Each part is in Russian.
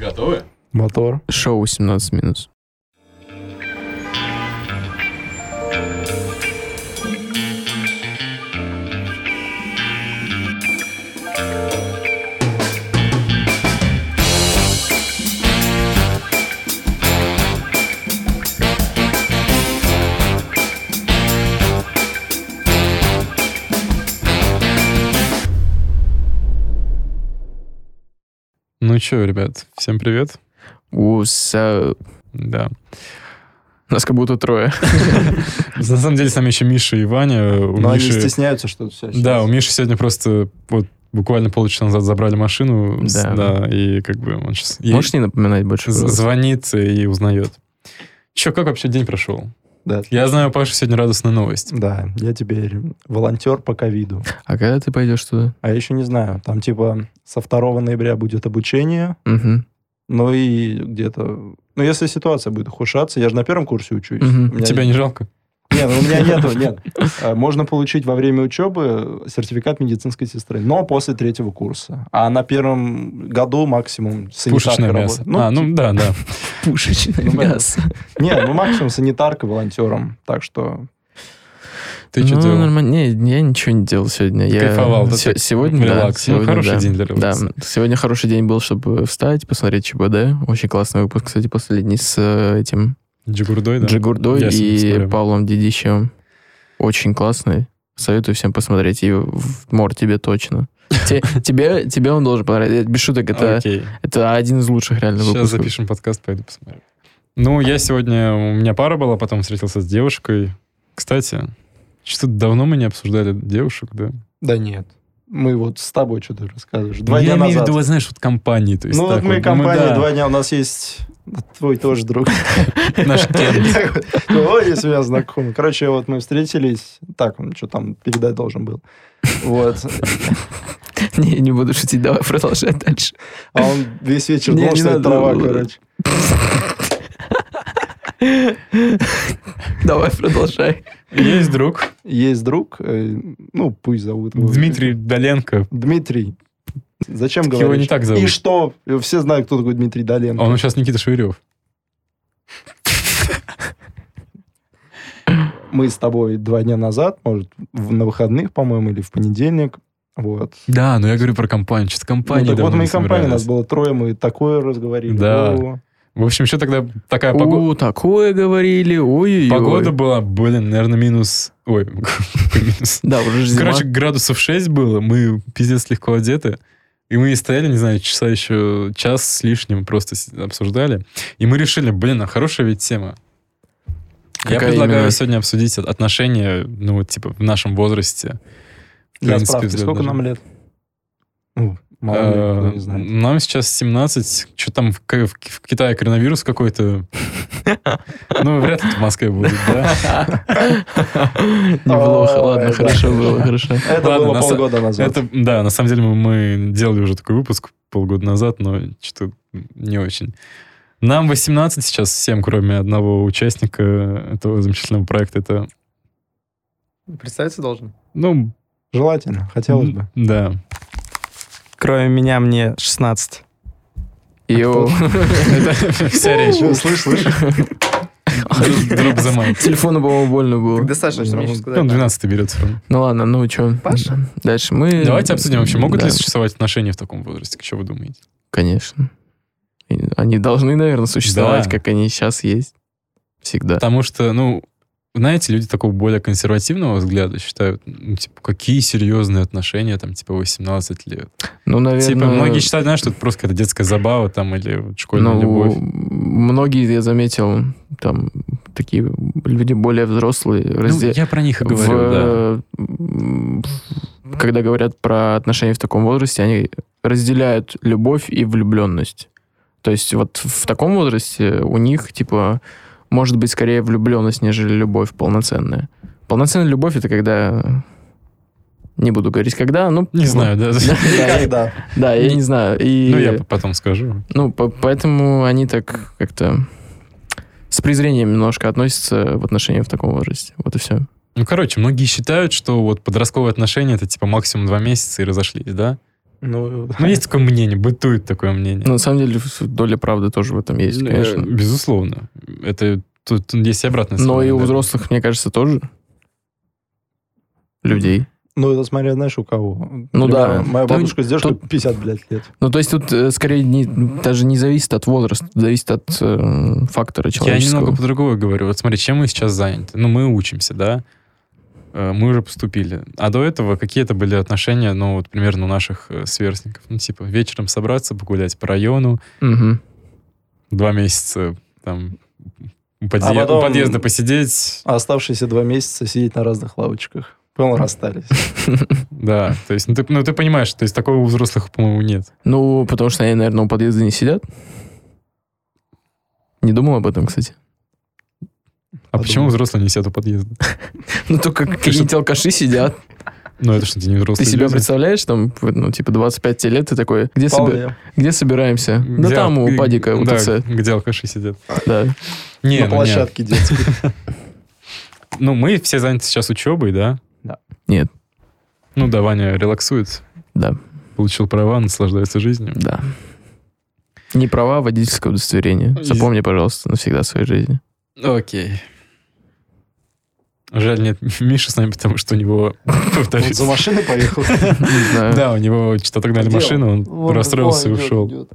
Готовы? Мотор. Шоу 17-. Ну что, ребят, всем привет. Да. Нас как будто трое. На самом деле с нами еще Миша и Ваня. Но они стесняются, что все. Да, у Миши сегодня просто вот буквально полчаса назад забрали машину. Да, и как бы он сейчас... Можешь не напоминать больше? Звонит и узнает. Че, как вообще день прошел? Да. Я знаю, у Паши сегодня радостная новость. Да, я теперь волонтер по ковиду. А когда ты пойдешь туда? А я еще не знаю. Там типа со 2 ноября будет обучение. Угу. Ну и где-то... Ну если ситуация будет ухудшаться, я же на 1 курсе учусь. Тебя не жалко? Нет, у меня нет. Можно получить во время учебы сертификат медицинской сестры, но после 3 курса. А на 1 году максимум санитарка пушечное мясо. работает. Да. Пушечное мясо. Нет, максимум санитарка волонтером. Так что... Ты что делал? Нормально. Не, я ничего не делал сегодня. Ты кайфовал, да? Сегодня, релакс. Сегодня, хороший день для релакса. Да, сегодня хороший день был, чтобы встать, посмотреть ЧБД. Очень классный выпуск, кстати, последний с этим... Джигурдой, да? Джигурдой и Павлом Дедищевым. Очень классный. Советую всем посмотреть. И Мор, тебе точно. Тебе он должен понравиться. Без шуток, это один из лучших реально выпусков. Сейчас запишем подкаст, пойду посмотрю. Ну, у меня пара была, потом встретился с девушкой. Кстати, что-то давно мы не обсуждали девушек, да? Да нет. Мы вот с тобой что-то рассказываешь. 2 дня я назад. имею в виду, знаешь, вот компании. То есть ну, вот мы компания 2 дня. У нас есть твой тоже друг. Наш Кен. Ой, есть у меня знакомый. Короче, вот мы встретились. Так, он что там передать должен был. Вот. Не буду шутить, давай продолжай дальше. А он весь вечер думал, что это трава, короче. Давай, продолжай. Есть друг. Есть друг. Ну, пусть зовут его. Дмитрий Доленко. Дмитрий. Зачем говоришь? Его не так зовут. И что? Все знают, кто такой Дмитрий Доленко. Он сейчас Никита Шевырев. Мы с тобой 2 дня назад, может, на выходных, по-моему, или в понедельник. Вот. Да, но я говорю про компанию. Что-то компания. Ну, так вот мы и компания, нас было 3, мы такое разговорили. Да. В общем, еще тогда такая погода... такое говорили, ой-ой-ой. Погода была, наверное, минус... Ой, минус. Да, уже зима. Короче, градусов 6 было, мы пиздец легко одеты. И мы стояли, не знаю, час с лишним просто обсуждали. И мы решили, а хорошая ведь тема. Я предлагаю сегодня обсудить отношения, ну, вот, типа, в нашем возрасте. Для справки, сколько нам лет? Мало ли, не знает. Нам сейчас 17. Что там в Китае коронавирус какой-то? Ну, вряд ли в Москве будет, да? Неплохо, ладно, хорошо было, хорошо. Это было полгода назад. Да, на самом деле мы делали уже такой выпуск полгода назад, но что-то не очень. Нам 18 сейчас всем, кроме одного участника этого замечательного проекта. Это... Представиться должен? Ну, желательно, хотелось бы. Да. Кроме меня, мне 16. Йоу. Это вся речь. Слышь. Друг за мать. Телефону, по-моему, больно было. Так достаточно, что мне сейчас сказать. Он 12 берет. Ну ладно, ну что. Паша? Дальше мы... Давайте обсудим вообще, могут ли существовать отношения в таком возрасте? Что вы думаете? Конечно. Они должны, наверное, существовать, как они сейчас есть. Всегда. Потому что, знаете, люди такого более консервативного взгляда считают, типа, какие серьезные отношения, там, типа, 18 лет. Ну, наверное... Типа, многие считают, знаешь, что это просто какая-то детская забава, там, или школьная любовь. Многие, я заметил, там, такие люди более взрослые. Я про них и говорю, да. Когда говорят про отношения в таком возрасте, они разделяют любовь и влюбленность. То есть вот в таком возрасте у них, типа, может быть скорее влюбленность, нежели любовь полноценная. Полноценная любовь — это когда... Не буду говорить, когда, Не знаю, да. Когда. Да, я не знаю. Я потом скажу. Поэтому они так как-то с презрением немножко относятся в отношениях в таком возрасте. Вот и все. Многие считают, что вот подростковые отношения — это, типа, максимум 2 месяца и разошлись, да? Ну, Ну, есть такое мнение, бытует такое мнение. Но на самом деле доля правды тоже в этом есть, конечно. Безусловно. Это тут есть и обратная сторона. Но и у да. взрослых, мне кажется, тоже людей. ну, это смотря, знаешь, у кого. Ну да. Моя Ну, бабушка с дедушкой тут- 50, блядь, лет. Ну, то есть тут скорее даже не зависит от возраста, зависит от фактора Я человеческого. немного по-другому говорю. Вот смотри, чем мы сейчас заняты? Ну, мы учимся, да? Мы уже поступили. А до этого какие-то были отношения, ну, вот примерно у наших сверстников. Ну, типа, вечером собраться, погулять по району, Мгм. 2 месяца там у потом- подъезда посидеть. А оставшиеся 2 месяца сидеть на разных лавочках. Понял, расстались. Да, то есть, ну, ты понимаешь, то есть такого у взрослых, по-моему, нет. Ну, потому что они, наверное, у подъезда не сидят. Не думал об этом, кстати. А почему взрослые не сидят у подъезда? Ну, только какие-нибудь алкаши сидят. Ну, это что, не Ты взрослые себя люди? представляешь, там, ну, типа, 25 тебе лет, ты такой, Вполне. где собираемся? Да Где там, у ал- падика, да, УТЦ. где алкаши сидят. Да. Не, На ну, нет. площадке детской. Ну, мы все заняты сейчас учебой, да? Да. Нет. Ну да, Ваня релаксует, Да, получил права, наслаждается жизнью. да. Не права, а водительское удостоверение. Запомни, пожалуйста, навсегда в своей жизни. Окей. Жаль, нет Миши с нами, потому что у него... Вот повторюсь, за машиной поехал. Не знаю. Да, у него что-то отогнали Где он? машину, он Вон, расстроился и вон идет, ушел. идет.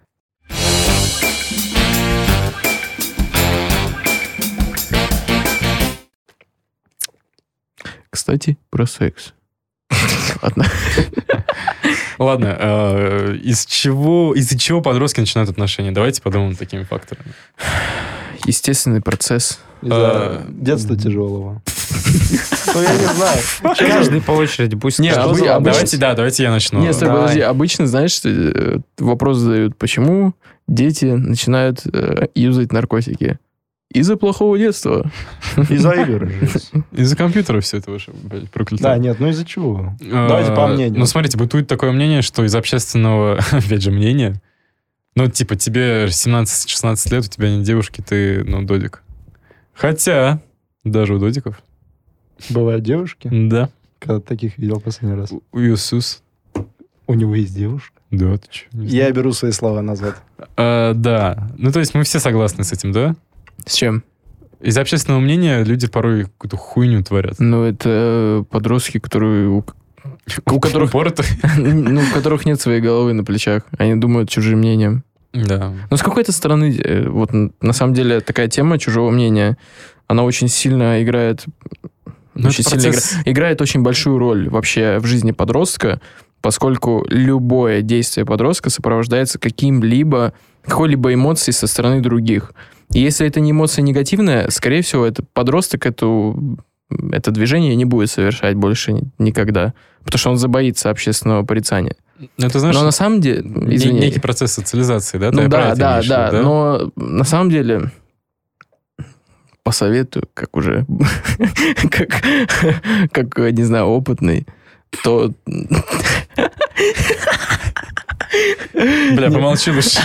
Кстати, про секс. Ладно. Ладно, из-за чего подростки начинают отношения? Давайте подумаем такими факторами. Естественный процесс. Из-за детства тяжелого. Ну, я не знаю. Каждый по очереди, пусть Нет, каждый. давайте я начну. Нет, стой, Давай. подожди. Обычно, знаешь, вопрос задают, почему дети начинают юзать наркотики? Из-за плохого детства. Из-за игр. Из-за компьютера все это уже, блядь, проклято. Да, нет, ну из-за чего? Давайте по мнению. Ну, смотрите, бытует такое мнение, что из общественного, опять же, мнения, ну, типа, тебе 17-16 лет, у тебя нет девушки, ты, ну, додик. Хотя, даже у додиков, Бывают девушки, да, когда таких видел последний раз. у Иисус, У него есть девушка. да, ты че? Я беру свои слова назад. Да, ну, то есть мы все согласны с этим, да? С чем? Из общественного мнения люди порой какую-то хуйню творят. Ну, это подростки, которые... У которых... Упоротые. Ну, у которых нет своей головы на плечах. Они думают чужим мнением. Да. Но с какой-то стороны, вот на самом деле такая тема чужого мнения, она очень сильно играет... Ну, очень это сильно процесс- играет очень большую роль вообще в жизни подростка, поскольку любое действие подростка сопровождается какой-либо эмоцией со стороны других. И если это не эмоция негативная, скорее всего, это подросток это движение не будет совершать больше никогда, потому что он забоится общественного порицания. Ну, это, знаешь, Но на самом деле... Извини. некий процесс социализации, да? Ну Ты про да, это да, имеешь в виду, но на самом деле посоветую, как уже, как, не знаю, опытный, то... Бля, помолчи лучше.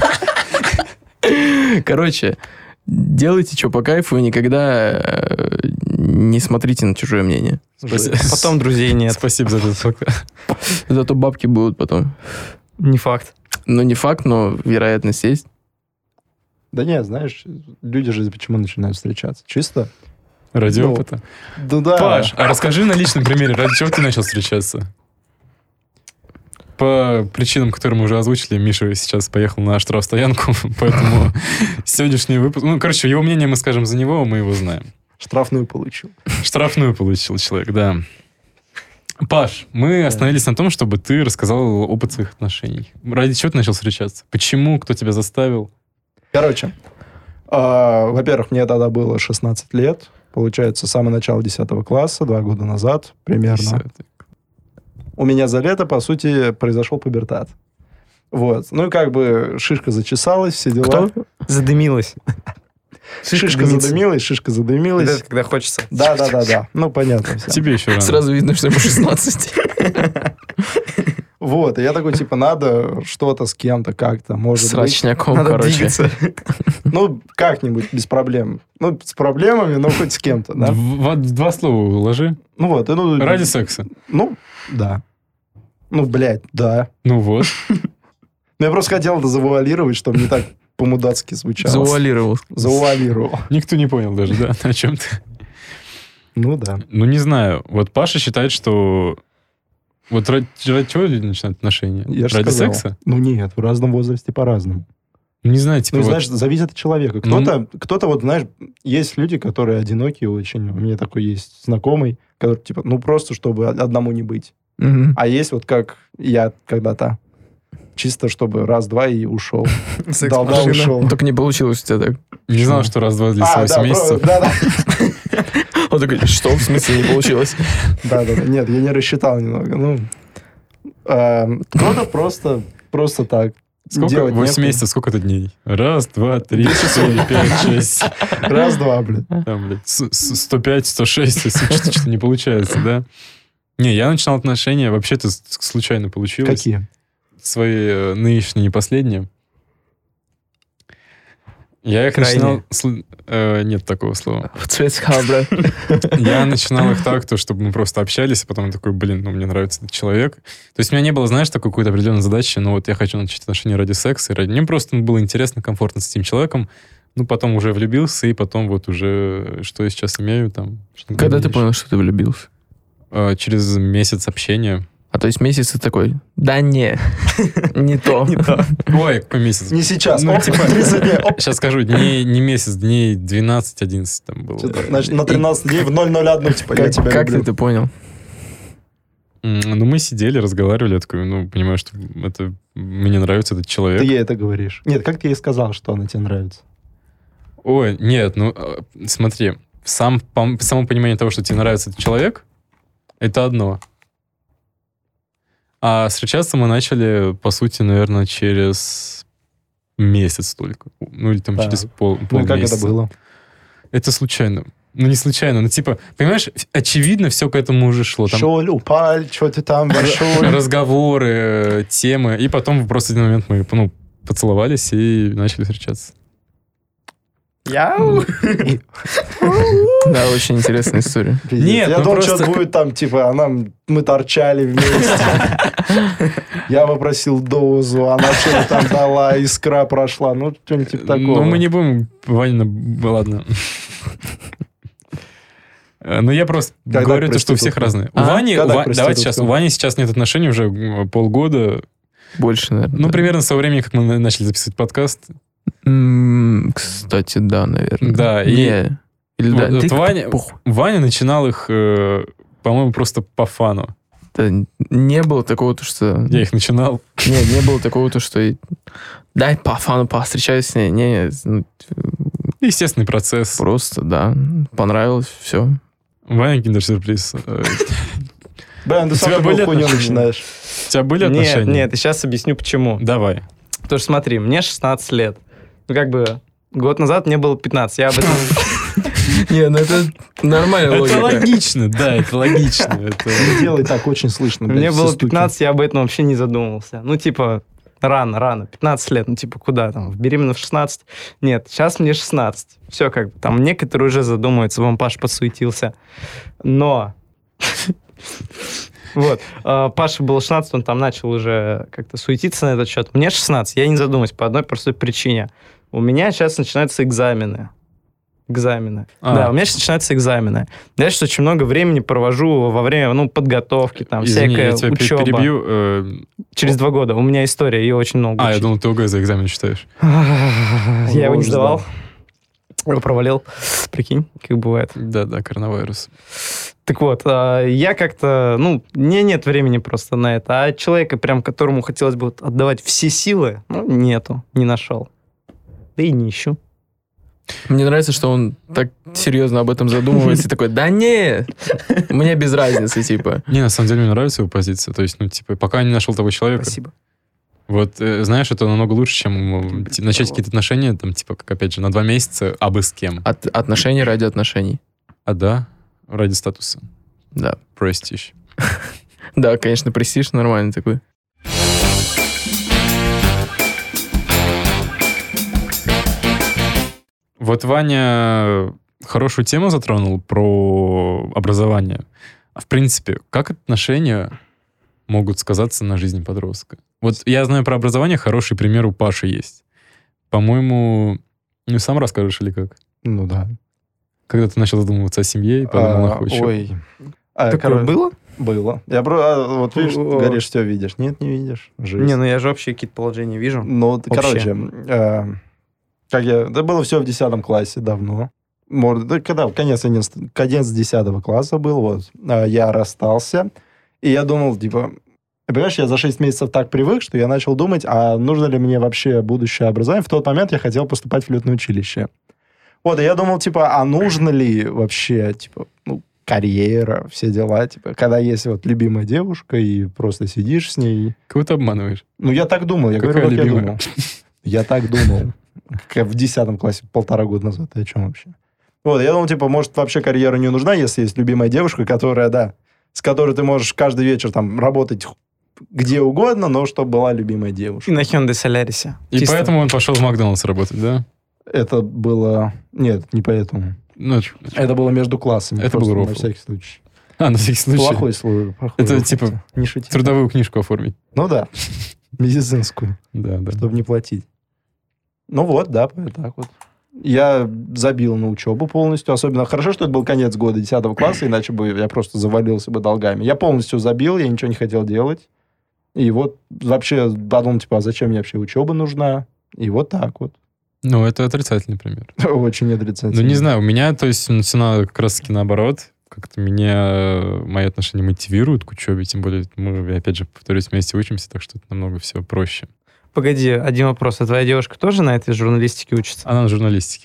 Короче, делайте, что по кайфу, и никогда не смотрите на чужое мнение. Потом друзей нет. Спасибо за этот факт. Зато бабки будут потом. Не факт. Ну, не факт, но вероятность есть. Да нет, знаешь, люди же почему начинают встречаться? Чисто? Ради Ну, опыта. Да. Паш, а расскажи на личном примере, ради чего ты начал встречаться? По причинам, которые мы уже озвучили, Миша сейчас поехал на штрафстоянку, поэтому сегодняшний выпуск... Ну, короче, его мнение мы скажем за него, мы его знаем. Штрафную получил. Штрафную получил человек, да. Паш, мы остановились на том, чтобы ты рассказал опыт своих отношений. Ради чего ты начал встречаться? Почему? Кто тебя заставил? Короче, во-первых, мне тогда было 16 лет. Получается, самое начало 10 класса, 2 года назад примерно. У меня за лето, по сути, произошел пубертат. Вот. Ну и как бы шишка зачесалась, все дела. Кто? Задымилась. Шишка задымилась. Это когда хочется. Да. Ну, понятно все. Тебе еще рано. Сразу видно, что ему 16. Вот, и я такой, типа, надо что-то с кем-то как-то, может С быть. рачняком, Надо короче. двигаться. Ну, как-нибудь, без проблем. Ну, с проблемами, но хоть с кем-то, да? Два слова уложи. Ну вот, и ну... Ради секса. Ну, да. Ну, блядь, да. Ну вот. Ну, я просто хотел это завуалировать, чтобы не так по-мудацки звучало. Завуалировал. Никто не понял даже, да, о чем ты. Ну, да. Ну, не знаю. Вот Паша считает, что... Вот ради чего люди начинают отношения? Я же Ради сказал. секса? Ну, нет, в разном возрасте по-разному. Не знаю, типа Ну, вот... знаешь, зависит от человека. Кто-то вот, знаешь, есть люди, которые одинокие очень. У меня такой есть знакомый, который, типа, ну, просто чтобы одному не быть. Мгм. А есть вот как я когда-то. Чисто чтобы раз-два и ушел. Долда Секс-машина. ушел. Только не получилось у тебя так. Не знал, что раз-два длится 8 месяцев. Да. Он такой, что в смысле не получилось? Да. Нет, я не рассчитал немного. Ну, кто-то просто так. Сколько? Делать 8 некуда. месяцев, сколько это дней? Раз, два, три, 4, 5, 6. Раз-два, блин. Там, блядь, 105, 106, если что-то не получается, да? Не, я начинал отношения, вообще-то случайно получилось. Какие? Свои нынешние, не последние. Я их Крайние. начинал... Нет такого слова. В цвет сказал, брат. Я начинал их так, то, чтобы мы просто общались, а потом я такой, блин, ну мне нравится этот человек. То есть у меня не было, знаешь, такой какой-то определенной задачи, но вот я хочу начать отношения ради секса, и ради... Мне просто было интересно, комфортно с этим человеком. Ну, потом уже влюбился, и потом вот уже, что я сейчас имею там. что Когда ты дальнейшее. понял, что ты влюбился? Через месяц общения. А то есть месяц ты такой, да не, не то. Ой, какой месяц? Не сейчас. Ну, Оп, типа, 30 дней. Оп. сейчас скажу, не месяц, дней 12-11 там было. Что-то, значит, на 13 дней в 001, типа, я тебя Как ты люблю. это понял? Ну, мы сидели, разговаривали, я такой, ну, понимаю, что это мне нравится этот человек. Ты ей это говоришь. Нет, как ты ей сказал, что она тебе нравится? Ой, нет, ну, смотри, само понимание того, что тебе нравится этот человек, это одно. А встречаться мы начали, по сути, наверное, через месяц только. Ну, или там Так. через Ну, полмесяца. как это было? Это случайно. Ну, не случайно, ну, типа, понимаешь, очевидно, все к этому уже шло. Там Шоль, упаль, что ты там, большой. разговоры, темы, и потом просто в один момент мы, ну, поцеловались и начали встречаться. Яу! Да, очень интересная история. Пиздец. Нет, я ну думал, просто- что будет там, типа, мы торчали вместе. Я попросил дозу, она что-то там дала, искра прошла. Ну, что-нибудь типа такого. Ну, мы не будем, Ваня, ладно. Ну, я просто Когда говорю то, что у проститутка? всех разные. У А? Вани, Когда давайте проститутка? сейчас, у Вани сейчас нет отношений уже полгода. Больше, наверное. Ну, да. примерно со времени, как мы начали записывать подкаст. Кстати, да, наверное. Да, и- Не. Или да. Вот Ты Ваня, похуй. Ваня начинал их, по-моему, просто по фану. Да, не было такого, то, что... Я их начинал. Нет, не было такого, то, что... Дай по фану повстречаюсь с ней. Не, ну, Естественный процесс. просто, да. Понравилось, все. Ваня, киндер-сюрприз. Блин, ты У сам тебя были такую хуйню отношения? начинаешь. У тебя были Нет, отношения? нет, и сейчас объясню, почему. Давай. Потому что смотри, мне 16 лет. Ну, как бы, год назад мне было 15. Я об этом... Не, ну это нормальная Это логика. логично, да, это логично. Не делай так, очень слышно. блядь, Мне все было стуки. 15, я об этом вообще не задумывался. Ну, типа, рано. 15 лет, ну, типа, куда там? Беременна в 16? Нет, сейчас мне 16. Все как бы, там некоторые уже задумываются, вон Паша подсуетился. Но... Вот. Паша было 16, он там начал уже как-то суетиться на этот счет. Мне 16, я не задумываюсь по одной простой причине. У меня сейчас начинаются экзамены. Да, у меня сейчас начинаются экзамены. Я сейчас очень много времени провожу во время, ну, подготовки, там, Извини, всякая я тебя учеба. перебью. Через 2 года. У меня история, ее очень много Я учить. думал, ты ОГЭ за экзамен читаешь. Я его не Ой, сдавал. Его провалил. Прикинь, как бывает. Да, коронавирус. Так вот, я как-то, ну, мне нет времени просто на это. А человека, прям которому хотелось бы вот отдавать все силы, ну, нету, не нашел. Да и не ищу. Мне нравится, что он так серьезно об этом задумывается и такой, да не, мне без разницы, типа. Не, на самом деле, мне нравится его позиция. То есть, ну, типа, пока я не нашел того человека. Спасибо. Вот, знаешь, это намного лучше, чем начать какие-то отношения, там, типа, как, опять же, на 2 месяца, абы с кем. Отношения ради отношений. А да, ради статуса. Да. Престиж. Да, конечно, престиж нормальный такой. Вот Ваня хорошую тему затронул про образование. А в принципе, как отношения могут сказаться на жизни подростка. Вот я знаю про образование, хороший пример у Паши есть. По-моему, сам расскажешь или как? Ну да. Когда ты начал задумываться о семье и подумал о учебе. Ой. Такое было? Было. Вот видишь, ты говоришь, все видишь. Нет, не видишь. Жизнь. Не, ну я же общие какие-то положения вижу. Ну, короче, это было все в 10 классе давно. Когда конец 10 класса был, вот, я расстался, и я думал, типа, понимаешь, я за 6 месяцев так привык, что я начал думать, а нужно ли мне вообще будущее образование. В тот момент я хотел поступать в летное училище. Вот, и я думал, типа, а нужно ли вообще, типа, карьера, все дела, типа, когда есть вот любимая девушка, и просто сидишь с ней. Кого ты обманываешь? Ну, я так думал, я Какая говорю, как любимая? я думал. Я так думал. Как в 10 классе, 1,5 года назад. Ты о чем вообще? Вот, я думал, типа, может, вообще карьера не нужна, если есть любимая девушка, которая, да, с которой ты можешь каждый вечер там работать где угодно, но чтобы была любимая девушка. И на Hyundai Solaris. И поэтому он пошел в Макдональдс работать, да? Это было... Нет, не поэтому. Это было между классами. Это был рофл. На всякий случай. На всякий случай. Плохой слово. Это типа не шути. Трудовую книжку оформить. Ну да. Медицинскую. Да. Чтобы не платить. Ну вот, да, так вот. Я забил на учебу полностью. Особенно хорошо, что это был конец года 10 класса, иначе бы я просто завалился бы долгами. Я полностью забил, я ничего не хотел делать. И вот вообще подумал, типа, а зачем мне вообще учеба нужна? И вот так вот. Ну, это отрицательный пример. Очень отрицательный. Ну, не знаю, у меня, то есть, все как раз-таки наоборот. Как-то меня мои отношения мотивируют к учебе, тем более мы, опять же, повторюсь, вместе учимся, так что это намного все проще. Погоди, один вопрос. А твоя девушка тоже на этой журналистике учится? Она на журналистике.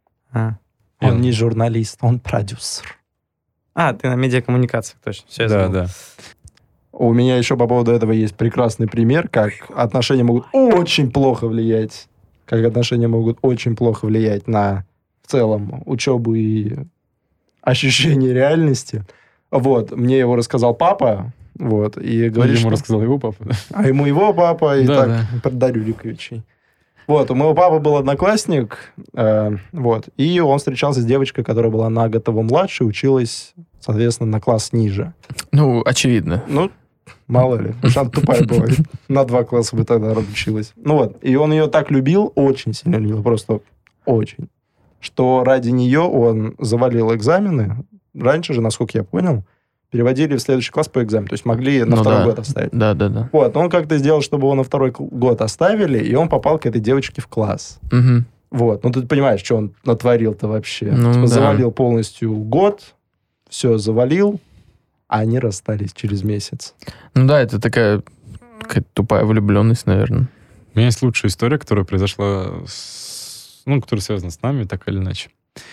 Он не журналист, он продюсер. Ты на медиакоммуникациях, точно. Все, да. У меня еще по поводу этого есть прекрасный пример, как отношения могут очень плохо влиять. Как отношения могут очень плохо влиять на, в целом, учебу и ощущение реальности. Вот, мне его рассказал папа, вот, и говорит, ему рассказал его папа, да? А ему его папа, и да, так, про Дарью Рюриковичей. Вот, у моего папы был одноклассник, вот, и он встречался с девочкой, которая была на год его младше, училась, соответственно, на класс ниже. Ну, очевидно. Ну, мало ли, потому что она тупая была. На 2 класса бы тогда училась. Ну вот, и он ее так любил, очень сильно любил, просто очень, что ради нее он завалил экзамены. Раньше же, насколько я понял, переводили в следующий класс по экзамену. То есть могли на второй год оставить. Да. Вот, он как-то сделал, чтобы его на второй год оставили, и он попал к этой девочке в класс. Угу. Вот, ну ты понимаешь, что он натворил-то вообще. Ну, типа, да. Завалил полностью год, все завалил, а они расстались через месяц. Ну да, это такая какая-то тупая влюбленность, наверное. У меня есть лучшая история, которая произошла, которая связана с нами, так или иначе.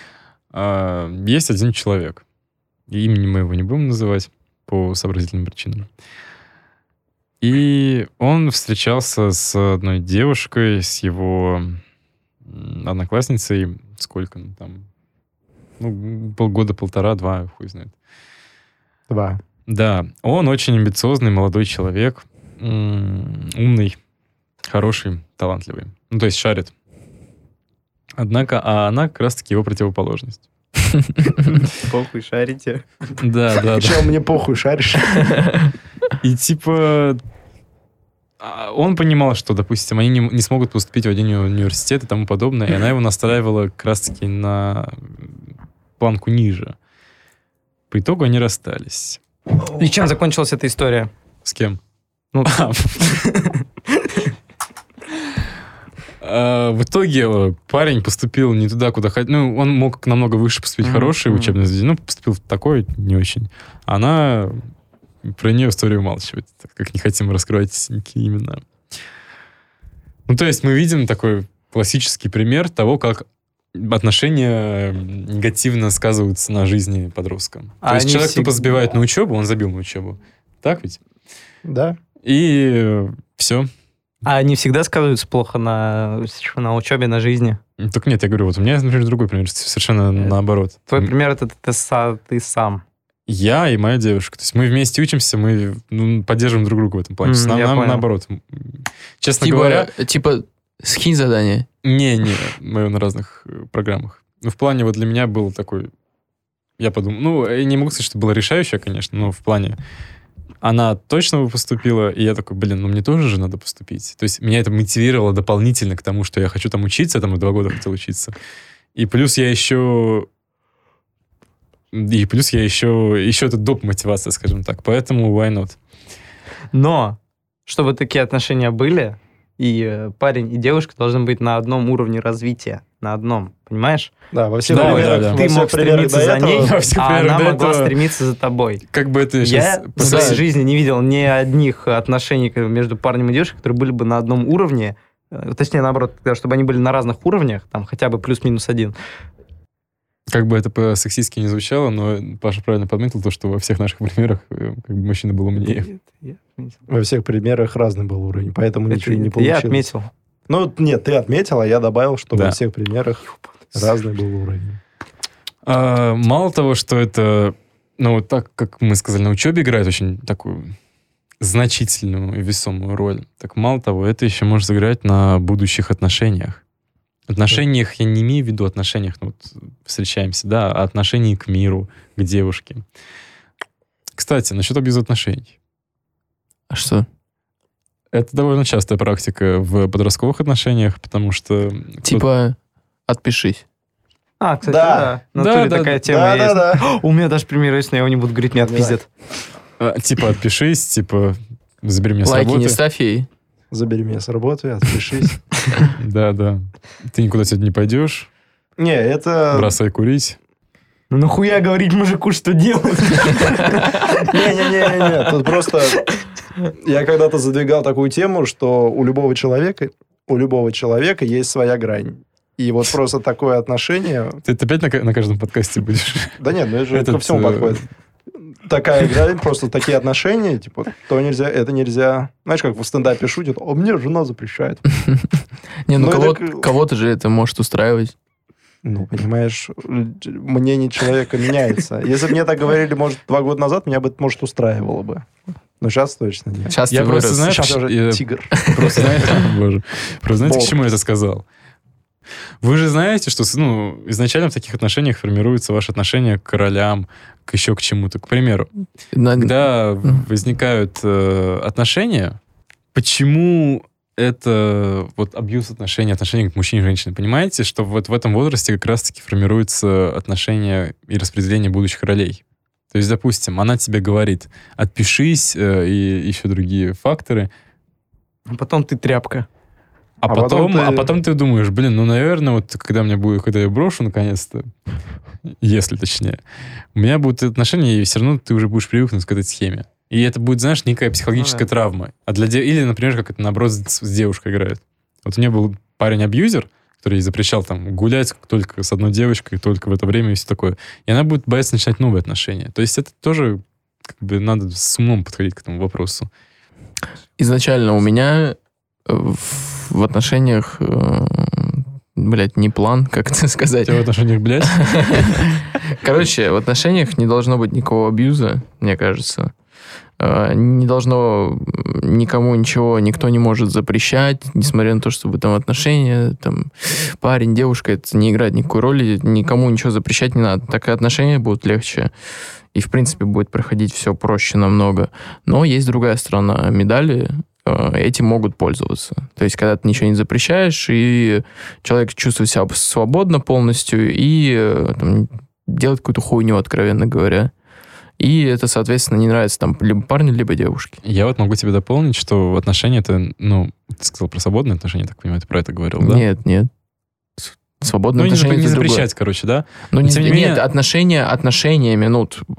Есть один человек. Имени мы его не будем называть по сообразительным причинам. И он встречался с одной девушкой, с его одноклассницей, сколько там, полгода, 1,5-2, хуй знает. 2. Да, он очень амбициозный молодой человек, умный, хороший, талантливый. Ну, то есть шарит. Однако, она как раз-таки его противоположность. Похуй, шарите. Да. Че, мне похуй, шаришь? И типа он понимал, что, допустим, они не смогут поступить в один университет и тому подобное, и она его настраивала как раз-таки на планку ниже. По итогу они расстались. И чем закончилась эта история? С кем? В итоге парень поступил не туда, куда хотел. Ну, он мог намного выше поступить, хорошее учебное заведение, но поступил в такое не очень. Она про нее историю умалчивает, так как не хотим раскрывать никакие имена. Ну, то есть мы видим такой классический пример того, как отношения негативно сказываются на жизни подростка. То есть человек тупо забивает на учебу, он забил на учебу. Так ведь? Да. И все. А они всегда сказываются плохо на учебе, на жизни? Так нет, я говорю, вот у меня, например, другой пример, совершенно наоборот. Твой пример — это ты сам. Я и моя девушка. То есть мы вместе учимся, мы поддерживаем друг друга в этом плане. Нам наоборот. Честно говоря... Типа, скинь задание. Не, мы на разных программах. Ну, в плане вот для меня был такой... Я подумал... Ну, я не могу сказать, что было решающее, конечно, но в плане... она точно бы поступила, и я такой, блин, ну мне тоже же надо поступить. То есть меня это мотивировало дополнительно к тому, что я хочу там учиться, там и 2 года хотел учиться. И плюс я еще это доп. Мотивация, скажем так. Поэтому why not? Но, чтобы такие отношения были, и парень, и девушка должны быть на одном уровне развития. На одном. Понимаешь? Да, во всех примерах. Ты мог стремиться за ней, а она могла стремиться за тобой. Как бы это Я в своей жизни не видел ни одних отношений между парнем и девушкой, которые были бы на одном уровне. Точнее, наоборот, чтобы они были на разных уровнях, там хотя бы плюс-минус 1. Как бы это по-сексистски не звучало, но Паша правильно подметил то, что во всех наших примерах как бы мужчина был умнее. Во всех примерах разный был уровень, поэтому ничего не получилось. Я отметил. Ну, нет, ты отметил, а я добавил, что во всех примерах разный был уровень. Мало того, что это, ну, так, как мы сказали, на учебе играет очень такую значительную и весомую роль, так мало того, это еще может сыграть на будущих отношениях. Отношениях, я не имею в виду отношениях, ну, вот встречаемся, да, а отношений к миру, к девушке. Кстати, насчет абьюза отношений. А что? Это довольно частая практика в подростковых отношениях, потому что... Типа, отпишись. Кстати, да. В натуре такая тема есть. Да. У меня даже пример есть, но я его не буду говорить, меня отпиздят. Типа, отпишись, типа, забери меня с работы. Лайки не ставь ей. Забери меня с работы, отпишись. Да. Ты никуда сегодня не пойдешь. Не, это... Бросай курить. Ну нахуя говорить мужику, что делать? Не, тут просто... Я когда-то задвигал такую тему, что у любого человека есть своя грань. И вот просто такое отношение... Ты опять на каждом подкасте будешь? Да нет, ну это же ко всему подходит. Такая грань, просто такие отношения, типа, то нельзя, это нельзя. Знаешь, как в стендапе шутят, мне жена запрещает. Не, ну кого-то же это может устраивать. Ну, понимаешь, мнение человека меняется. Если бы мне так говорили, может, 2 года назад, меня бы это, может, устраивало бы. Но сейчас точно нет. Сейчас я ты просто, вырос. знаешь, сейчас уже тигр. Просто знаете, к чему я это сказал? Вы же знаете, что изначально в таких отношениях формируется ваше отношение к ролям, еще к чему-то. К примеру, когда возникают отношения, почему это вот абьюз отношений к мужчине и женщине? Понимаете, что вот в этом возрасте как раз-таки формируется отношение и распределение будущих ролей. То есть, допустим, она тебе говорит, отпишись, и еще другие факторы. А потом ты тряпка. А потом ты думаешь, блин, ну, наверное, вот когда я брошу, наконец-то, если точнее, у меня будут отношения, и все равно ты уже будешь привыкнуть к этой схеме. И это будет, знаешь, некая психологическая травма. Или, например, как это, наоборот, с девушкой играет. Вот у меня был парень-абьюзер, который запрещал там гулять только с одной девочкой, только в это время и все такое. И она будет бояться начинать новые отношения. То есть это тоже как бы надо с умом подходить к этому вопросу. Изначально у меня в отношениях, не план, как это сказать. У тебя в отношениях, Короче, в отношениях не должно быть никакого абьюза, мне кажется. Не должно никому ничего, никто не может запрещать, несмотря на то, что вы там отношения, там, парень, девушка, это не играет никакой роли, никому ничего запрещать не надо. Так и отношения будут легче, и, в принципе, будет проходить все проще намного. Но есть другая сторона медали, этим могут пользоваться. То есть, когда ты ничего не запрещаешь, и человек чувствует себя свободно полностью, и там, делает какую-то хуйню, откровенно говоря. И это, соответственно, не нравится там либо парню, либо девушке. Я вот могу тебе дополнить, что отношения это, ты сказал про свободные отношения, я так понимаю, ты про это говорил, да? Нет. Свободные отношения не запрещать, короче, да? Ну, нет, отношениями,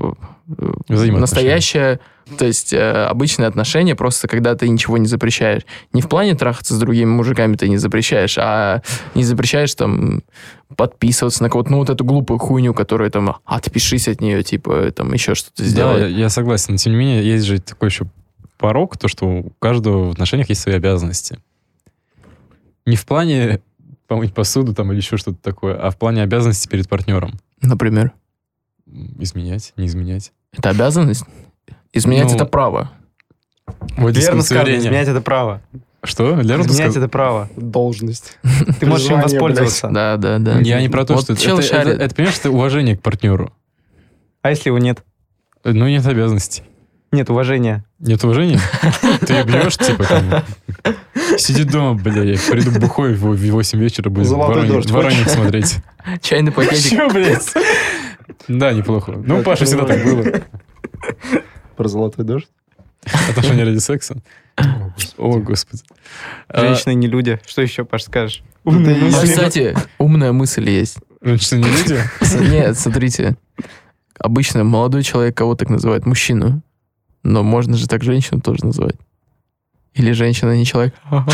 настоящее, то есть обычные отношения, просто когда ты ничего не запрещаешь. Не в плане трахаться с другими мужиками ты не запрещаешь, а не запрещаешь там подписываться на кого-то, вот эту глупую хуйню, которая там, отпишись от нее, типа, там еще что-то сделай. Да, я согласен, но тем не менее, есть же такой еще порог, то, что у каждого в отношениях есть свои обязанности. Не в плане помыть посуду там или еще что-то такое, а в плане обязанностей перед партнером. Например? Изменять, не изменять. Это обязанность? Изменять это право. Верно сказано, изменять это право. Что? Изменять это право. Должность. Ты можешь им воспользоваться. Да. Я не про то, что... Это, понимаешь, это уважение к партнеру. А если его нет? Ну, нет обязанностей. Нет уважения. Нет уважения? Ты ее бьешь, типа, там... Сидит дома, бля, я приду бухой в 8 вечера, будем Воронеж смотреть. Чайный пакетик. Че, блядь? Да, неплохо. Ну, Паша всегда так было. Про золотой дождь? Отношения ради секса? О, Господи. Женщины не люди. Что еще, Паш, скажешь? Кстати, умная мысль есть. Женщины не люди? Нет, смотрите. Обычно молодой человек кого так называет? Мужчину. Но можно же так женщину тоже называть. Или женщина не человек.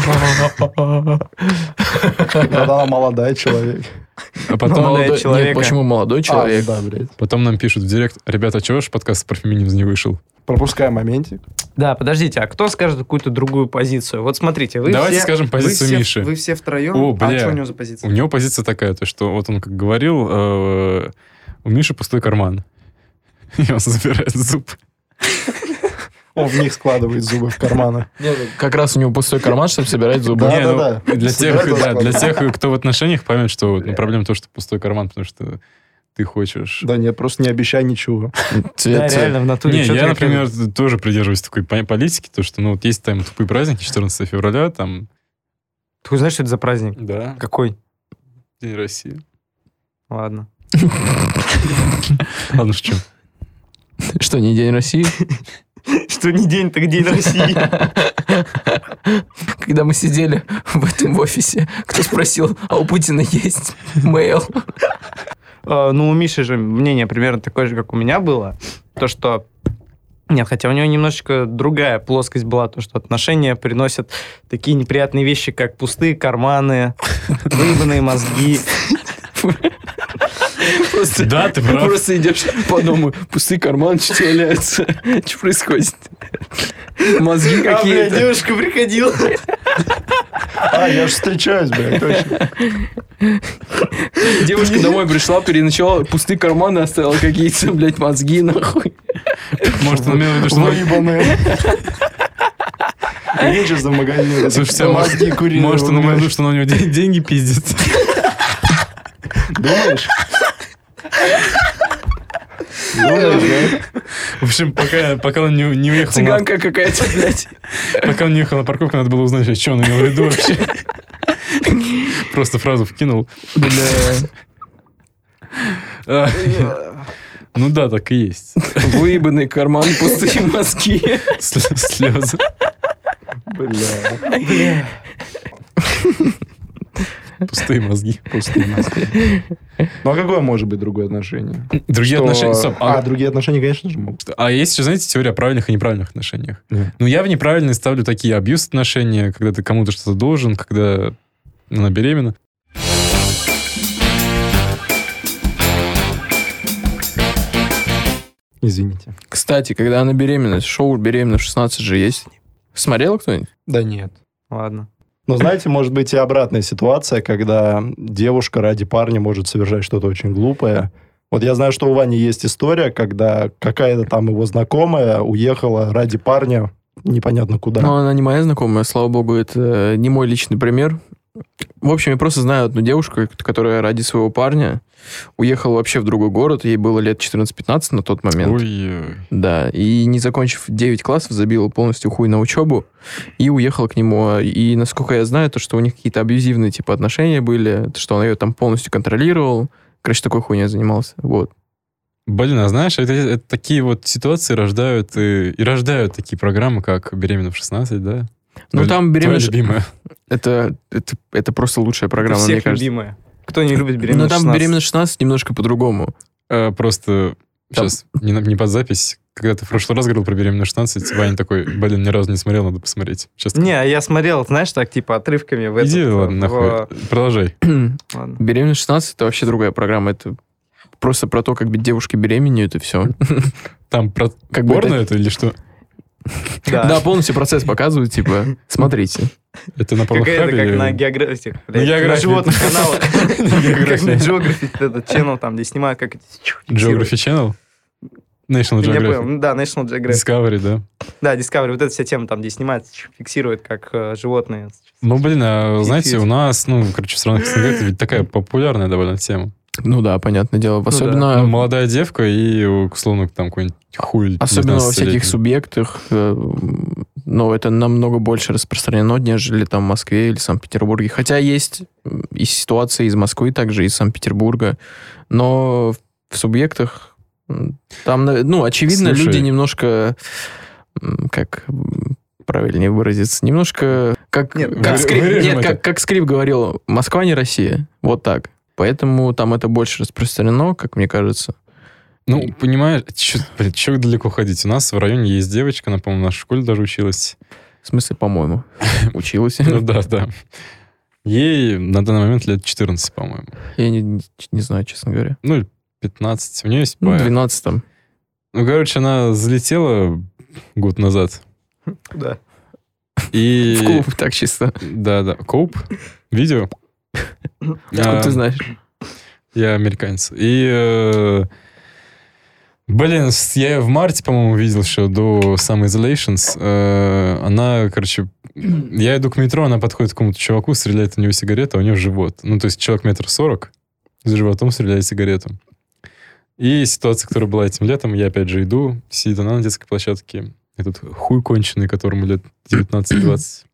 Когда она молодой человек. А потом... Нет, почему молодой человек? Да, блядь. Потом нам пишут в директ: ребята, чего ж подкаст про феминизм не вышел? Пропускаем моментик. Да, подождите, а кто скажет какую-то другую позицию? Вот смотрите, вы Давайте все... скажем позицию Миши. Вы все втроем? О, бля. А что у него за позиция? У него позиция такая, то что вот он как говорил, у Миши пустой карман. И он забирает зуб. Он в них складывает зубы в карманы. Как раз у него пустой карман, чтобы собирать зубы. Да. Для тех, кто в отношениях, поймет, что проблема в том, что пустой карман, потому что ты хочешь... Да нет, просто не обещай ничего. Да, реально, в натуре. Не, я, например, тоже придерживаюсь такой политики, то, что, ну, вот есть там тупые праздники, 14 февраля, там... Ты знаешь, что это за праздник? Да. Какой? День России. Ладно. Ладно, в чем? Что, не День России? Что не день, так День России. Когда мы сидели в этом офисе, кто спросил, а у Путина есть мейл? Ну, у Миши же мнение примерно такое же, как у меня было. То, что... Нет, хотя у него немножечко другая плоскость была, то, что отношения приносят такие неприятные вещи, как пустые карманы, выебанные мозги. Просто, да, ты прав. Просто идешь по дому, пустые карманы, что валяются. Что происходит? Мозги какие-то. Бля, девушка приходила. Я же встречаюсь, блядь, точно. Девушка домой пришла, переночевала, пустые карманы оставила, какие-то, блядь, мозги, нахуй. Может, он имел в виду, что... Выебанные. Прикинь, сейчас в магазине. Слушайте, может, он имел в виду, что он у него деньги пиздит. Думаешь? Думаешь, да? В общем, пока он не уехал... Цыганка какая-то, блядь. Пока он не ехал на парковку, надо было узнать, что он имел в виду вообще. Просто фразу вкинул. Ну да, так и есть. Выебанный карман, пустые мозги. Слезы. Бля. Пустые мозги. Ну, а какое может быть другое отношение? Другие отношения... другие отношения, конечно же, могут. А есть еще, знаете, теория о правильных и неправильных отношениях. Ну, я в неправильные ставлю такие абьюз-отношения, когда ты кому-то что-то должен, когда она беременна. Извините. Кстати, когда она беременна, шоу «Беременна в 16» же есть. Смотрел кто-нибудь? Да нет. Ладно. Но знаете, может быть и обратная ситуация, когда девушка ради парня может совершать что-то очень глупое. Вот я знаю, что у Вани есть история, когда какая-то там его знакомая уехала ради парня непонятно куда. Ну, она не моя знакомая, слава богу, это не мой личный пример. В общем, я просто знаю одну девушку, которая ради своего парня уехала вообще в другой город. Ей было лет 14-15 на тот момент. Ой. Да, и не закончив 9 классов, забила полностью хуй на учебу и уехала к нему. И, насколько я знаю, то, что у них какие-то абьюзивные типа отношения были, то, что он ее там полностью контролировал. Короче, такой хуйней занимался. Вот. Блин, а знаешь, это такие вот ситуации рождают такие программы, как «Беременна в 16», да? Ну, там «Беременна...» Твоя любимая. Это просто лучшая программа, это мне кажется. любимая. Кто не любит «Беременна в 16»? Но там «Беременна в 16» немножко по-другому. Просто сейчас не под запись. Когда ты в прошлый раз говорил про «Беременную в 16», Ваня такой: блин, ни разу не смотрел, надо посмотреть. Сейчас не, я смотрел, знаешь, так типа отрывками в Иди, ладно, нахуй. Продолжай. «Беременна в 16» — это вообще другая программа. Это просто про то, как девушки беременеют, и все. Там про порно это или что? Да, полностью процесс показывают, типа, смотрите. Это на Какая-то порнохабе? как на географии. На животных каналах. Как на Geography, этот channel там, где снимают, как эти... Geography Channel? National Я Geographic. понял, да, National Geographic. Discovery, да. Да, Discovery, вот эта вся тема там, где снимают, фиксируют, как животные. Ну, блин, а знаете, у нас, в странах СНГ это ведь такая популярная довольно тема. Ну да, понятное дело. Особенно... Ну, молодая девка и, условно, там какой-нибудь хуй. Особенно во всяких субъектах. Но это намного больше распространено, нежели там в Москве или Санкт-Петербурге. Хотя есть и ситуации из Москвы, также из Санкт-Петербурга. Но в субъектах там, ну, очевидно, Слушай, люди немножко... Как правильнее выразиться? Немножко... Как Скрип говорил, Москва не Россия. Вот так. Поэтому там это больше распространено, как мне кажется. Ну, понимаешь, чё далеко ходить? У нас в районе есть девочка, она, по-моему, в нашей школе даже училась. В смысле, по-моему, училась? Ну да. Ей на данный момент лет 14, по-моему. Я не знаю, честно говоря. Ну, 15. У нее есть... 12 там. Ну, короче, она залетела год назад. Да. И... В клуб, так чисто. Да. Коуп? Видео? Откуда ты знаешь? Я американец. И... Блин, я ее в марте, по-моему, видел еще до Some-Isolations. Она, короче... Я иду к метро, она подходит к какому-то чуваку, стреляет в него сигарету, а у него живот. Ну, то есть человек 1,40 м с животом стреляет сигарету. И ситуация, которая была этим летом, я опять же иду, сидит она на детской площадке, этот хуй конченый, которому лет 19-20.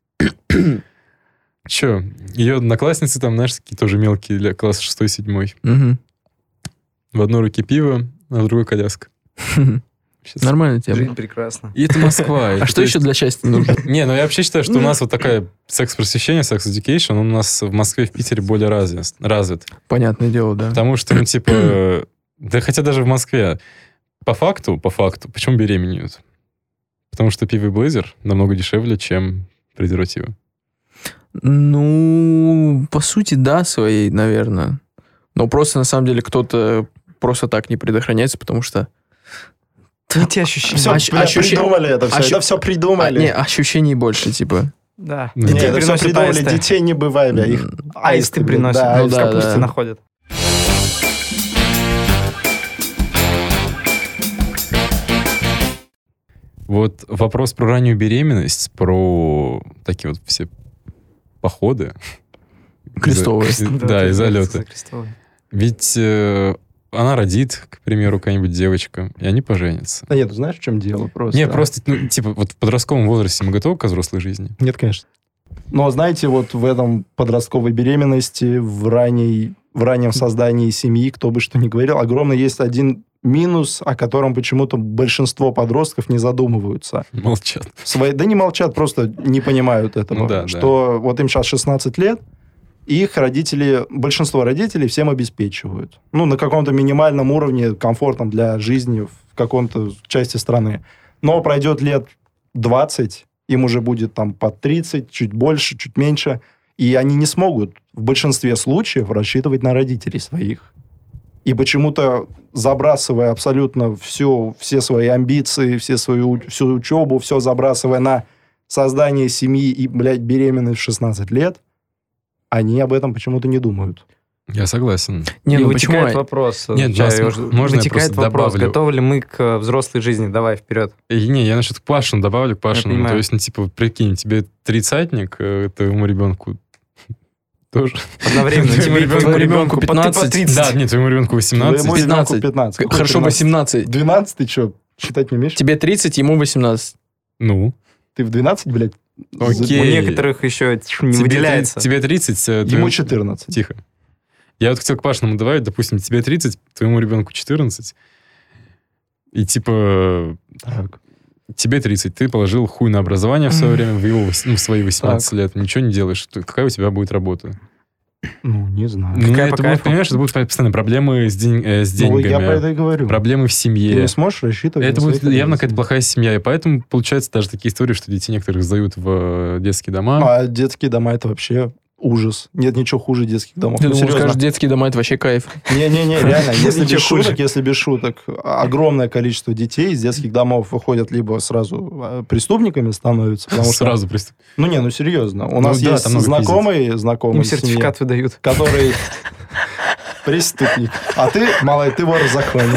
Че, ее одноклассницы там, знаешь, такие тоже мелкие, класс 6-7. В одной руке пиво, а в другой коляска. Нормальная тема. Жизнь прекрасна. И это Москва. А что еще для счастья нужно? Не, ну я вообще считаю, что у нас вот такая секс-просвещение, секс-эдюкейшн, он у нас в Москве, в Питере более развит. Понятное дело, да. Потому что, ну, типа... Да хотя даже в Москве. По факту, почему беременеют? Потому что пиво и блейзер намного дешевле, чем презервативы. Ну, по сути, да, своей, наверное. Но просто, на самом деле, кто-то просто так не предохраняется, потому что... Эти ощущения. Придумали это все. Это все придумали. Не, ощущений больше, типа. Да. Нет, это все придумали. Детей не бывает. Их аисты приносят. Да, в капусте находят. Вот вопрос про раннюю беременность, про такие вот все походы. Крестовые. Да, и залеты. Ведь она родит, к примеру, какая-нибудь девочка, и они поженятся. Да нет, ты знаешь, в чем дело? Просто... Не, просто, ну, типа, вот в подростковом возрасте мы готовы к взрослой жизни? Нет, конечно. Но, знаете, вот в этом подростковой беременности, в раннем создании семьи, кто бы что ни говорил, огромный есть один минус, о котором почему-то большинство подростков не задумываются. Молчат. Да не молчат, просто не понимают этого. Ну, да, что вот им сейчас 16 лет, их родители, большинство родителей всем обеспечивают. Ну, на каком-то минимальном уровне, комфортном для жизни в каком-то части страны. Но пройдет лет 20, им уже будет там под 30, чуть больше, чуть меньше, и они не смогут в большинстве случаев рассчитывать на родителей своих. И почему-то, забрасывая абсолютно все свои амбиции, всю учебу, все забрасывая на создание семьи и, беременность в 16 лет, они об этом почему-то не думают. Я согласен. Не, ну почему? Вопрос. Нет, можно вытекает вопрос, добавлю. Готовы ли мы к взрослой жизни? Давай, вперед. Не, я насчет к Пашину добавлю, к Пашину. То есть, ну, типа, прикинь, тебе 30-ник, твоему ребенку тоже. Одновременно. Твоему ребенку 15. Да, нет, твоему ребенку 18. Твоему ребенку 15. Хорошо, 18. 12 ты что, считать не умеешь? Тебе 30, ему 18. Ну? Ты в 12, блядь? Окей. У некоторых еще не выделяется. Тебе 30. Ему 14. Тихо. Я вот хотел к Пашиному добавить, допустим, тебе 30, твоему ребенку 14. И типа... Так. Тебе 30, ты положил хуй на образование в свое время, в свои 18 лет, ничего не делаешь. Какая у тебя будет работа? Ну, не знаю. Ну, это будет, понимаешь, это будут постоянно проблемы с деньгами. Я про это и говорю. Проблемы в семье. Ты не сможешь рассчитывать. Это будет явно какая-то плохая семья. И поэтому получается даже такие истории, что детей некоторых сдают в детские дома. А детские дома это вообще ужас. Нет ничего хуже детских домов. Ты думаешь, скажешь, детские дома это вообще кайф? Не-не-не, реально, если без шуток, огромное количество детей из детских домов выходят либо сразу преступниками становятся. Сразу преступниками. Ну, серьезно. У нас есть знакомый им сертификат выдают. Который преступник. А ты, малый, ты вор в законе.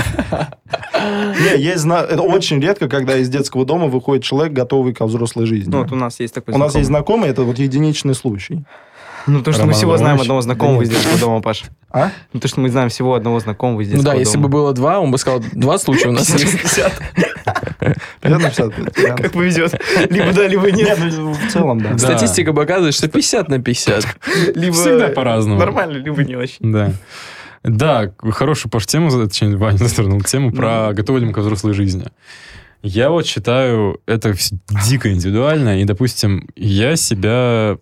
Это очень редко, когда из детского дома выходит человек, готовый ко взрослой жизни. Ну, вот у нас есть такой знакомый. У нас есть знакомый, это вот единичный случай. Ну, то, что мы всего знаем одного знакомого из нет. детского дома, Паш. А? Ну, то, что мы знаем всего одного знакомого из Ну детского да, дома. если бы было 2, он бы сказал, 2 случая у нас есть. 50. Как повезет. Либо да, либо нет. В целом, да. Статистика показывает, что 50/50. Либо Всегда по-разному. нормально, либо не очень. Да. Да, хорошую, Паш, тему, точнее, Ваня затронул тему про готовим ко взрослой жизни. Я вот считаю, это дико индивидуально, и, допустим, я себя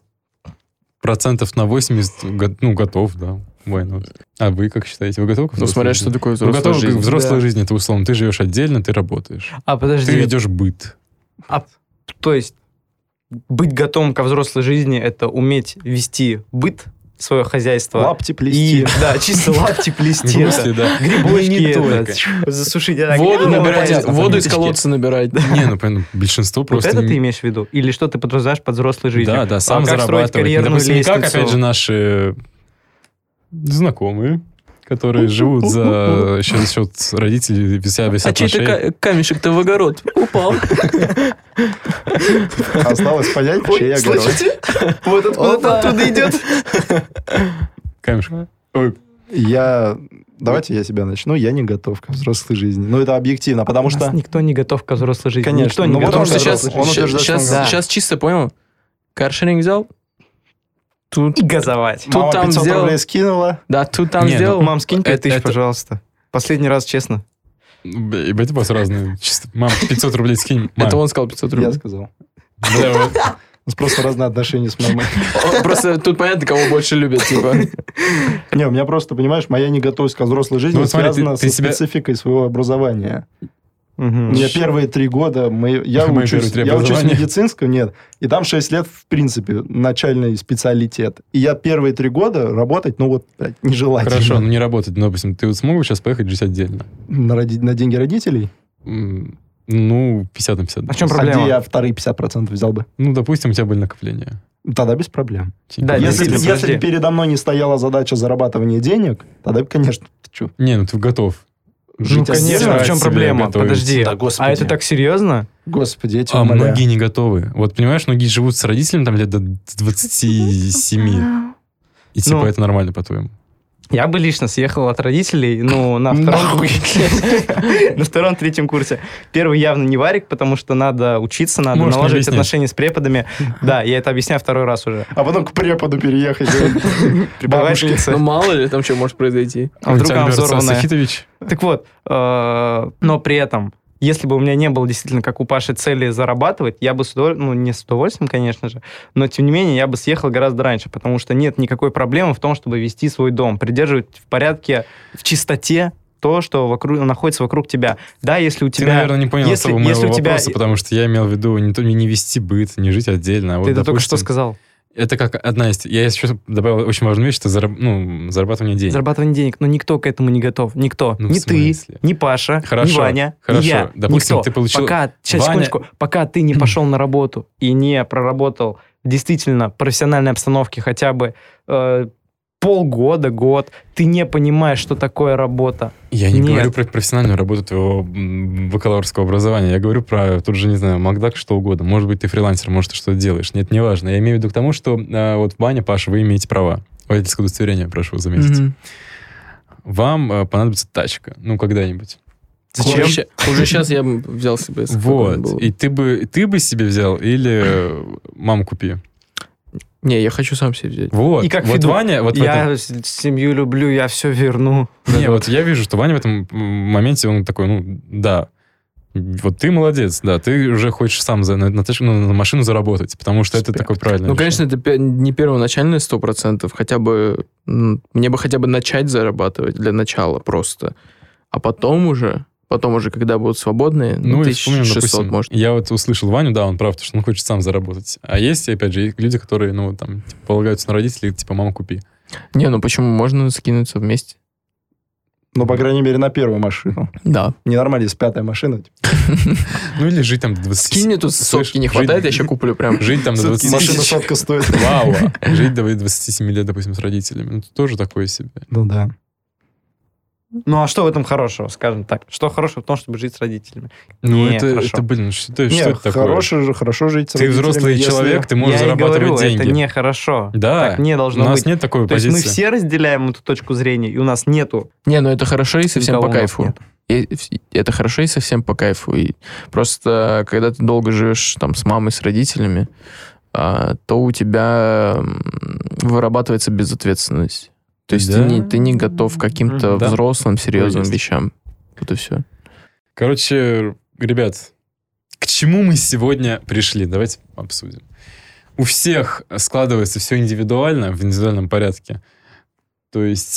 80% готов, да. А вы как считаете? Вы готовы к взрослой смотря жизни? что такое взрослая жизнь. Готовы к взрослой Да. жизни, это условно. Ты живешь отдельно, ты работаешь. А, подожди. Ты ведешь быт. То есть быть готовым ко взрослой жизни — это уметь вести быт, свое хозяйство. Лапти плести. Да, чисто лапти плести. Гусли, да. Грибочки Не только. засушить. Воду набирать, понятно. воду из колодца набирать. Не, ну, понятно, большинство Вот просто... это ты имеешь в виду? Или что ты подразумеваешь под взрослой жизнью? Да, сам Как строить зарабатывать. карьерную Допустим, не как, лестницу? опять же, наши знакомые, которые живут за счет родителей, висят А на шее. чей-то камешек-то в огород упал. Осталось понять, чей я говорю. Слышите? Вот откуда оттуда идет. Камешек. Ой, Давайте я себя начну. Я не готов к взрослой жизни. Ну, это объективно, потому что... Никто не готов ко взрослой жизни. Конечно, Никто не ну, готов Потому что ко сейчас, взрослой жизни. Он утверждает, что он сейчас чисто понял, каршеринг взял, тут, И газовать. Тут Мама там 500 сделал- рублей скинула. да, тут там Не, ну, сделал. Мам, скинь 5000, это- пожалуйста. Последний раз, честно. ебать, у вас разные. Чисто, мам, 500 рублей скинь. Мам. Это он сказал 500 Я рублей. сказал. Да, вот. У нас просто разные отношения с мамой. Просто тут понятно, кого больше любят, типа. Не, у меня просто, понимаешь, моя неготовность к взрослой жизни Ну, вот смотри, связана ты со себя- спецификой своего образования. У Мгм. меня первые 3 года, я Мои учусь первые 3 в образования. медицинском, нет, и там 6 лет, в принципе, начальный специалитет. И я первые 3 года работать, блядь, нежелательно. Хорошо, ну не работать. Ну, допустим, ты вот смог бы сейчас поехать жить отдельно? На деньги родителей? Ну, 50 на 50. А в чем А проблема? где я вторые 50% взял бы? Ну, допустим, у тебя были накопления. Тогда без проблем. Да, Если действительно, подожди. передо мной не стояла задача зарабатывания денег, тогда, конечно, ты что? Не, ну ты готов. Ну, Жить конечно, отдельно? в чем себя проблема? готовить. Подожди. Да, господи. А это так серьезно? Господи, я тебя А умоляю. многие не готовы. Вот понимаешь, многие живут с родителями там лет до 27. И типа Ну. это нормально, по-твоему? Я бы лично съехал от родителей, на втором-третьем курсе. Первый явно не варик, потому что надо учиться, надо Можешь не налаживать объяснять. отношения с преподами. Да, я это объясняю второй раз уже. А потом к преподу переехать. Преподавательница. Ну, мало ли там что может произойти. А вдруг она Альберт взорванная? Сахитович? Так вот, но при этом, если бы у меня не было действительно, как у Паши, цели зарабатывать, я бы с удовольствием, не с удовольствием, конечно же, но тем не менее я бы съехал гораздо раньше, потому что нет никакой проблемы в том, чтобы вести свой дом, придерживать в порядке, в чистоте то, что находится вокруг тебя. Да, если у Ты, тебя... наверное, не понял если особо моего у тебя- вопроса, потому что я имел в виду не вести быт, не жить отдельно. А вот, Ты это только допустим, что сказал. Это как одна из... Я еще добавил очень важную вещь, это зарабатывание денег. Зарабатывание денег, но никто к этому не готов. Никто. Ну, ни в ты, смысле? ни Паша, ни Хорошо, Ваня, хорошо. ни я. Допустим, никто. ты получил- Сейчас, Ваня- секундочку. Пока ты не пошел на работу и не проработал действительно в профессиональной обстановке хотя бы полгода, год, ты не понимаешь, что такое работа. Я не Нет. говорю про профессиональную работу твоего бакалаврского образования. Я говорю про тот же, не знаю, Макдак, что угодно. Может быть, ты фрилансер, может, ты что-то делаешь. Нет, неважно. Я имею в виду к тому, что вот Ваня, Паша, вы имеете права. Водительское удостоверение, прошу заметить. Мгм. Вам понадобится тачка. Ну, когда-нибудь. Зачем? Уже сейчас я бы взял себе. Вот. спокойно было. И ты бы себе взял или маму купи? Не, я хочу сам себе взять. Вот. И как вот Федук. Ваня... Вот в этом- Я семью люблю, я все верну. Не, вот я вижу, что Ваня в этом моменте, он такой, да, вот ты молодец, да, ты уже хочешь сам на машину заработать, потому что это такое правильное Ну, решение. конечно, это не первоначальное 100%, хотя бы... Мне бы хотя бы начать зарабатывать для начала просто. А потом уже, когда будут свободные, Ну, и вспомним, 1600, допустим, может. я вот услышал Ваню, да, он прав, что он хочет сам заработать. А есть, опять же, люди, которые, там, типа, полагаются на родителей, типа, мама, купи. Не, ну почему? Можно скинуться вместе. Ну, по крайней мере, на первую машину. Да. Ненормально, если 5-я машина. Ну, или жить там до 20... Скинь мне тут сотки не хватает, я еще куплю прям. Жить там до 20... Машина сотка стоит. Вау, жить до 27 лет, допустим, с родителями. Ну, это тоже такое себе. Ну да. Ну, а что в этом хорошего, скажем так? Что хорошего в том, чтобы жить с родителями? Ну, это, блин, что это такое? Хорошо жить с родителями. Ты взрослый человек, ты можешь зарабатывать деньги. Это нехорошо. Да, так не должно быть. У нас нет такой позиции. То есть мы все разделяем эту точку зрения, и у нас нету... Не, ну это хорошо и совсем по кайфу. Это хорошо и совсем по кайфу. И просто, когда ты долго живешь там с мамой, с родителями, то у тебя вырабатывается безответственность. То есть ты не готов к каким-то взрослым, серьезным вещам. Вот и все. Короче, ребят, к чему мы сегодня пришли? Давайте обсудим. У всех складывается все индивидуально, в индивидуальном порядке. То есть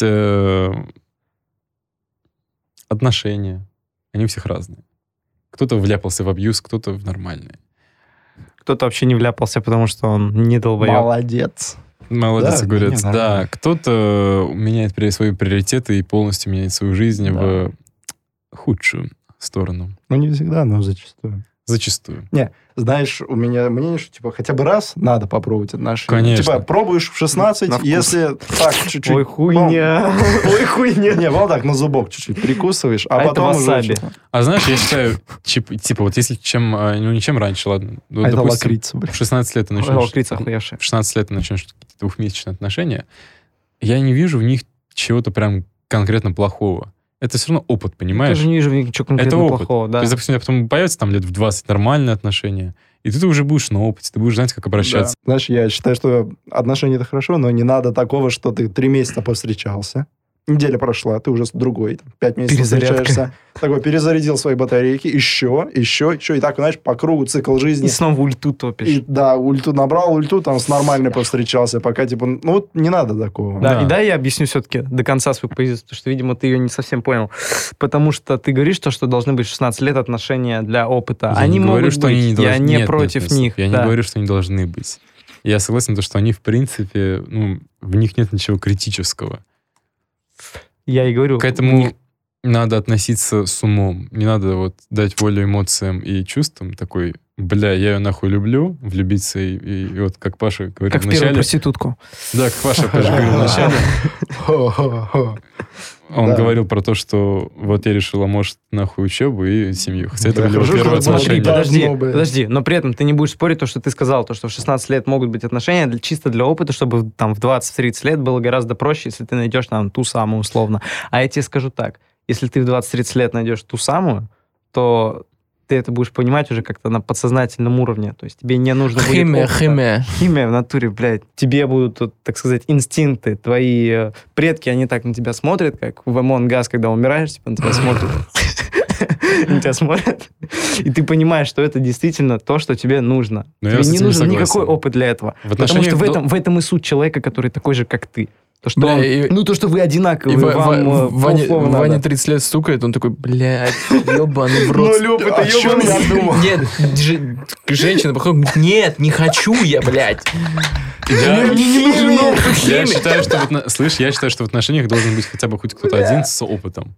отношения, они у всех разные. Кто-то вляпался в абьюз, кто-то в нормальные. Кто-то вообще не вляпался, потому что он не долбоеб. Молодец. Молодец, да, говорят. Да, кто-то меняет свои приоритеты и полностью меняет свою жизнь в худшую сторону. Ну, не всегда, но зачастую. Зачастую. Не, знаешь, у меня мнение, что типа хотя бы раз надо попробовать отношения. Конечно. Типа пробуешь в 16, если так чуть-чуть... Ой, хуйня. Ой, хуйня. Не, вот так на зубок чуть-чуть прикусываешь, а потом уже... А знаешь, я считаю, типа вот если не чем раньше, ладно. А это лакрица, блин. В 16 лет ты начнешь... Лакрица охуевшая. В 16 лет ты начнешь какие-то двухмесячные отношения. Я не вижу в них чего-то прям конкретно плохого. Это все равно опыт, понимаешь? Я тоже не вижу ничего конкретно плохого, да. То есть, допустим, потом появится там лет в 20 нормальные отношения, и ты уже будешь на опыте, ты будешь знать, как обращаться. Да. Знаешь, я считаю, что отношения — это хорошо, но не надо такого, что ты 3 месяца повстречался, неделя прошла, ты уже с другой, 5 месяцев встречаешься, такой перезарядил свои батарейки, еще, и так, знаешь, по кругу цикл жизни. И снова ульту топишь. И, да, ульту набрал, там с нормальной повстречался, пока, типа, ну вот не надо такого. Да, и я объясню все-таки до конца свою позицию, потому что, видимо, ты ее не совсем понял. Потому что ты говоришь, что должны быть 16 лет отношения для опыта. Они могут быть, я не против них. Я не говорю, что они должны быть. Я согласен, что они, в принципе, в них нет ничего критического. Я и говорю. К этому надо относиться с умом. Не надо вот дать волю эмоциям и чувствам. Такой, я ее нахуй люблю, влюбиться. И вот как Паша говорил как в начале... Как первую проститутку. Да, как Паша говорил в начале. Он говорил про то, что вот я решила, может, нахуй учебу и семью. Хотя это были его первые отношения. Подожди, но при этом ты не будешь спорить то, что ты сказал, то, что в 16 лет могут быть отношения чисто для опыта, чтобы там в 20-30 лет было гораздо проще, если ты найдешь там ту самую условно. А я тебе скажу так, если ты в 20-30 лет найдешь ту самую, то ты это будешь понимать уже как-то на подсознательном уровне. То есть тебе не нужно будет... Химия в натуре, блядь. Тебе будут, так сказать, инстинкты. Твои предки, они так на тебя смотрят, как в Among Us, когда умираешь, типа на тебя смотрят. На тебя смотрят. И ты понимаешь, что это действительно то, что тебе нужно. Тебе не нужен никакой опыт для этого. Потому что в этом и суть человека, который такой же, как ты. То, что вы одинаковые, Ваня 30 лет стукает, он такой, блядь, ебаный в рот. Ну, Люб, это ебаный, я думал. Нет, женщина подходит, нет, не хочу я, блядь. Я считаю, что в отношениях должен быть хотя бы хоть кто-то один с опытом.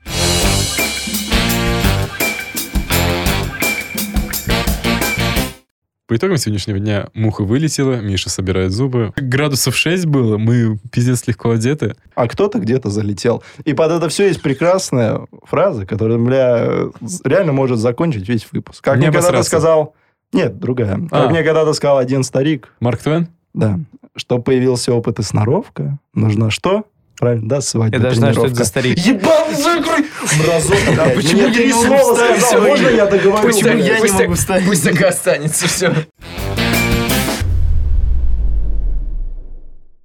По итогам сегодняшнего дня муха вылетела, Миша собирает зубы. Градусов 6 было, мы пиздец легко одеты. А кто-то где-то залетел. И под это все есть прекрасная фраза, которая, реально может закончить весь выпуск. Как мне когда-то сказал... Нет, другая. Как мне когда-то сказал один старик. Марк Твен? Да. Чтобы появился опыт и сноровка, нужно что? Правильно, да, свадьба, я даже знаю, что это за старик. Ебать, закрой! Мразот, почему я не смог сказать? Можно я договорю? Почему я не могу вставить? Пусть так останется все.